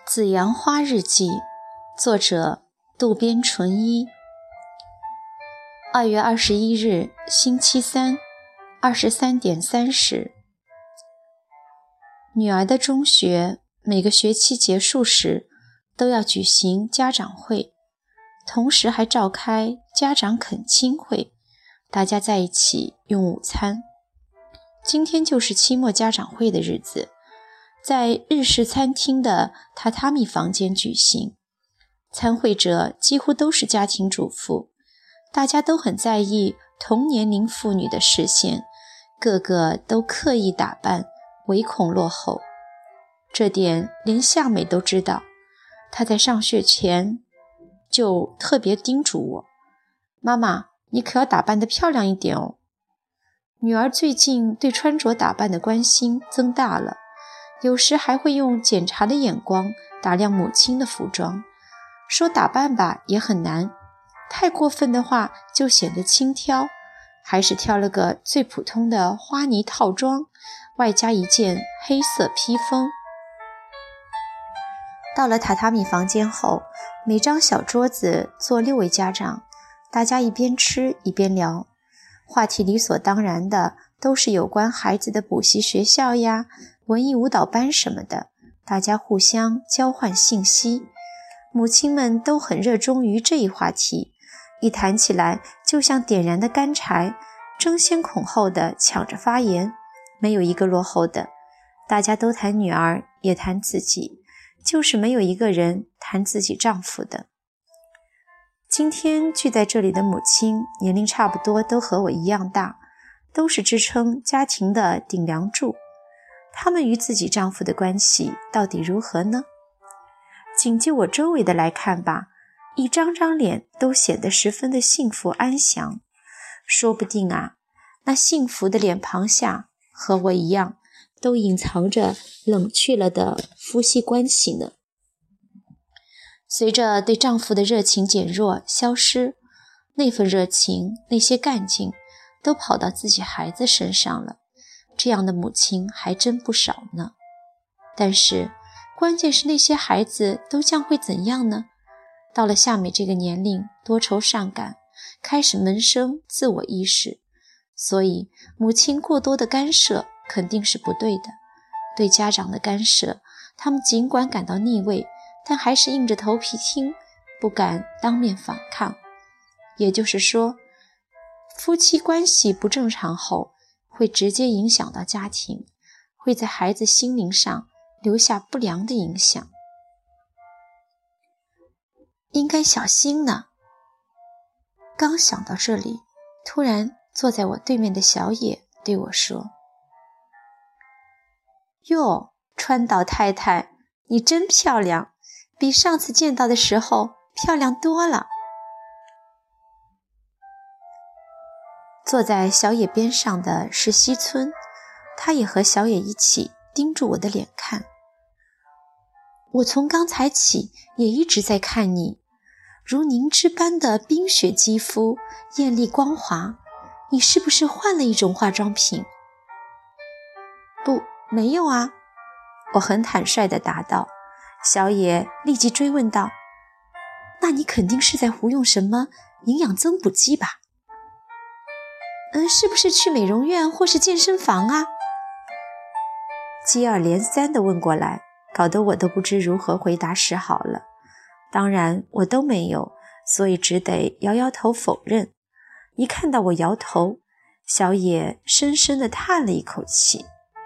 紫阳花日记，作者渡边淳一。2月21日，星期三，23点30。女儿的中学每个学期结束时都要举行家长会，同时还召开家长恳亲会，大家在一起用午餐。今天就是期末家长会的日子，在日式餐厅的榻榻米房间举行。参会者几乎都是家庭主妇，大家都很在意同年龄妇女的视线，个个都刻意打扮，唯恐落后。这点连夏美都知道，她在上学前就特别叮嘱我：妈妈，你可要打扮得漂亮一点哦。女儿最近对穿着打扮的关心增大了，有时还会用检查的眼光打量母亲的服装，说打扮吧也很难，太过分的话就显得轻佻，还是挑了个最普通的花呢套装，外加一件黑色披风。到了榻榻米房间后，每张小桌子坐6位家长，大家一边吃一边聊，话题理所当然的都是有关孩子的补习学校呀、文艺舞蹈班什么的，大家互相交换信息。母亲们都很热衷于这一话题，一谈起来就像点燃的干柴，争先恐后的抢着发言，没有一个落后的。大家都谈女儿，也谈自己，就是没有一个人谈自己丈夫的。今天聚在这里的母亲年龄差不多都和我一样大，都是支撑家庭的顶梁柱。她们与自己丈夫的关系到底如何呢？仅就我周围的来看吧，一张张脸都显得十分的幸福安详。说不定啊，那幸福的脸庞下，和我一样，都隐藏着冷却了的夫妻关系呢。随着对丈夫的热情减弱消失，那份热情，那些干劲，都跑到自己孩子身上了。这样的母亲还真不少呢。但是关键是那些孩子都将会怎样呢？到了夏美这个年龄，多愁善感，开始萌生自我意识，所以母亲过多的干涉肯定是不对的。对家长的干涉，他们尽管感到腻味，但还是硬着头皮听，不敢当面反抗。也就是说，夫妻关系不正常后，会直接影响到家庭，会在孩子心灵上留下不良的影响。应该小心呢。刚想到这里，突然坐在我对面的小野对我说：哟，川岛太太，你真漂亮，比上次见到的时候漂亮多了。坐在小野边上的是西村，他也和小野一起盯住我的脸看。我从刚才起也一直在看你，如凝脂般的冰雪肌肤，艳丽光滑，你是不是换了一种化妆品？不，没有啊，我很坦率地答道。小野立即追问道：那你肯定是在服用什么营养增补剂吧？是不是去美容院或是健身房啊？接二连三地问过来，搞得我都不知如何回答是好了。当然我都没有，所以只得摇摇头否认。一看到我摇头，小野深深地叹了一口气。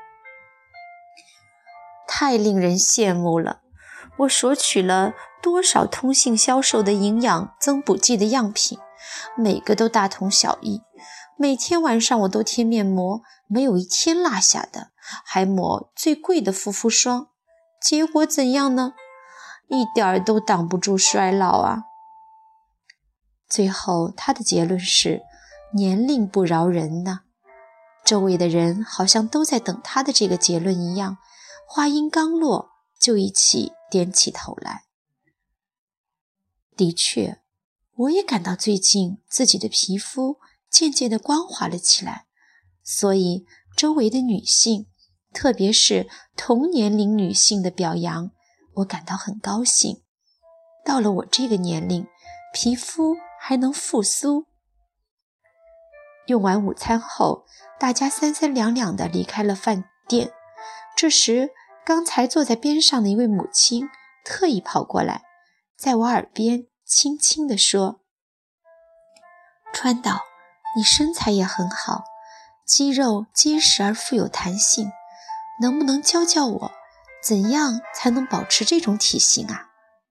太令人羡慕了，我索取了多少通信销售的营养增补剂的样品，每个都大同小异，每天晚上我都贴面膜，没有一天落下的，还抹最贵的护肤霜，结果怎样呢？一点儿都挡不住衰老啊。最后他的结论是，年龄不饶人呢。周围的人好像都在等他的这个结论一样，话音刚落就一起点起头来。的确，我也感到最近自己的皮肤渐渐地光滑了起来，所以周围的女性，特别是同年龄女性的表扬， 我感到很高兴。到了我这个年龄，皮肤还能复苏。用完午餐后，大家三三两两地离开了饭店。这时，刚才坐在边上的一位母亲特意跑过来，在我耳边轻轻地说：“川岛，你身材也很好，肌肉结实而富有弹性，能不能教教我，怎样才能保持这种体型啊？”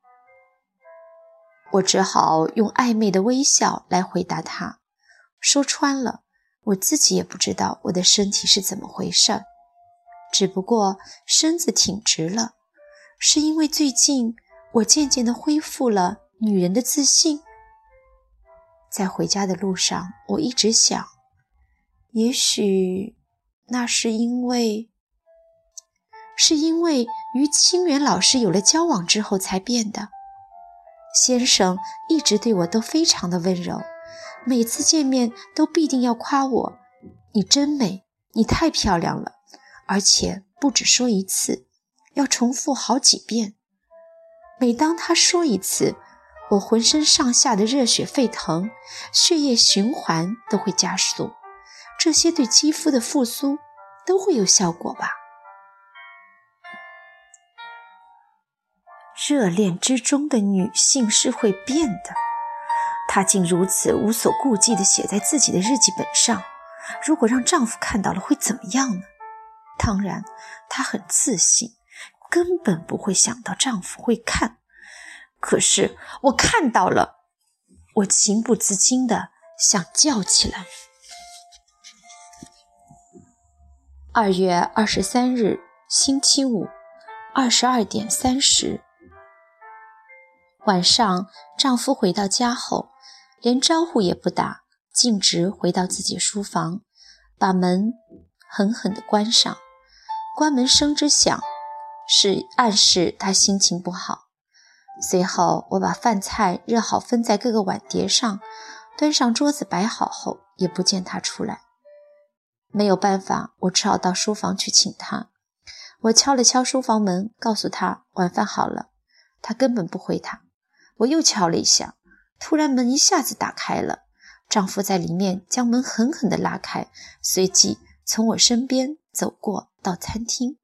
我只好用暧昧的微笑来回答他。说穿了，我自己也不知道我的身体是怎么回事，只不过身子挺直了，是因为最近我渐渐地恢复了女人的自信。在回家的路上，我一直想，也许那是因为与清源老师有了交往之后才变的。先生一直对我都非常的温柔，每次见面都必定要夸我：“你真美，你太漂亮了。”而且不只说一次，要重复好几遍。每当他说一次，我浑身上下的热血沸腾，血液循环都会加速，这些对肌肤的复苏都会有效果吧。热恋之中的女性是会变的，她竟如此无所顾忌地写在自己的日记本上，如果让丈夫看到了会怎么样呢？当然，她很自信，根本不会想到丈夫会看。可是我看到了，我情不自禁地想叫起来。2月23日，星期五，22点30。晚上，丈夫回到家后，连招呼也不打，径直回到自己书房，把门狠狠地关上。关门声之响，是暗示他心情不好。随后，我把饭菜热好分在各个碗碟上，端上桌子摆好后，也不见他出来。没有办法，我只好到书房去请他。我敲了敲书房门，告诉他晚饭好了，他根本不回答。我又敲了一下，突然门一下子打开了，丈夫在里面将门狠狠地拉开，随即从我身边走过到餐厅。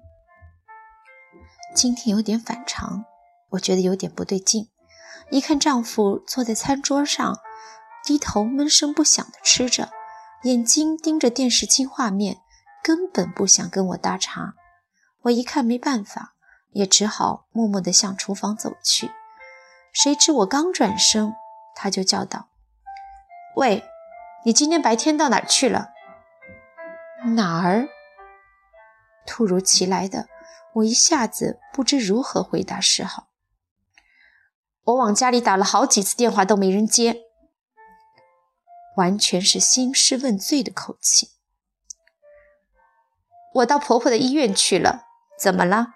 今天有点反常，我觉得有点不对劲。一看丈夫坐在餐桌上，低头闷声不响地吃着，眼睛盯着电视机画面，根本不想跟我搭茬。我一看没办法，也只好默默地向厨房走去。谁知我刚转身，他就叫道：“喂，你今天白天到哪儿去了？”哪儿？突如其来的，我一下子不知如何回答是好。我往家里打了好几次电话都没人接，完全是兴师问罪的口气。我到婆婆的医院去了，怎么了？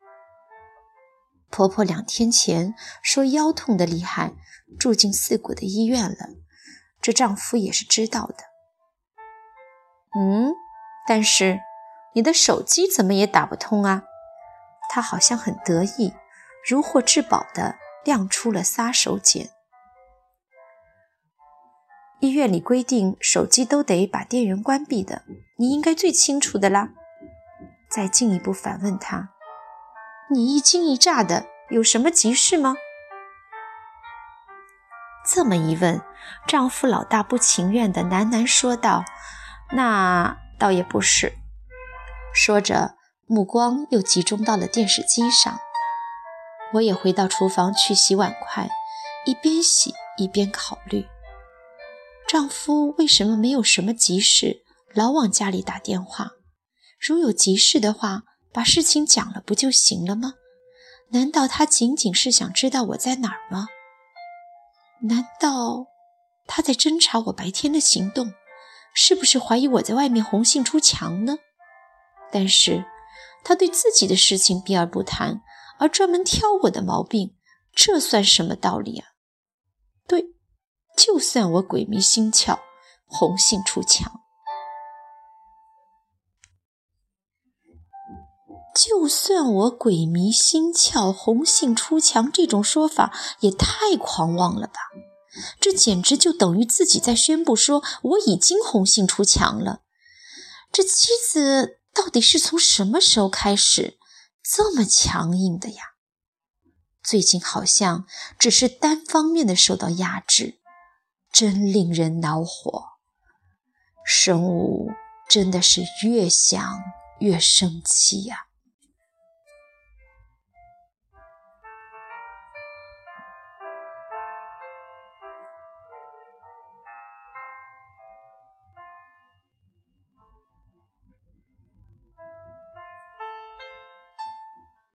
婆婆2天前说腰痛得厉害，住进4谷的医院了，这丈夫也是知道的。但是你的手机怎么也打不通啊？她好像很得意，如获至宝地亮出了撒手锏。医院里规定手机都得把电源关闭的，你应该最清楚的啦。再进一步反问她，你一惊一乍的，有什么急事吗？这么一问，丈夫老大不情愿地喃喃说道：“那倒也不是。”说着，目光又集中到了电视机上。我也回到厨房去洗碗筷，一边洗一边考虑，丈夫为什么没有什么急事，老往家里打电话？如有急事的话，把事情讲了不就行了吗？难道他仅仅是想知道我在哪儿吗？难道他在侦查我白天的行动？是不是怀疑我在外面红杏出墙呢？但是他对自己的事情避而不谈，而专门挑我的毛病，这算什么道理啊？对，就算我鬼迷心窍，红杏出墙。 就算我鬼迷心窍，红杏出墙，这种说法也太狂妄了吧。这简直就等于自己在宣布说我已经红杏出墙了。这妻子到底是从什么时候开始这么强硬的呀？最近好像只是单方面的受到压制，真令人恼火。神武真的是越想越生气呀。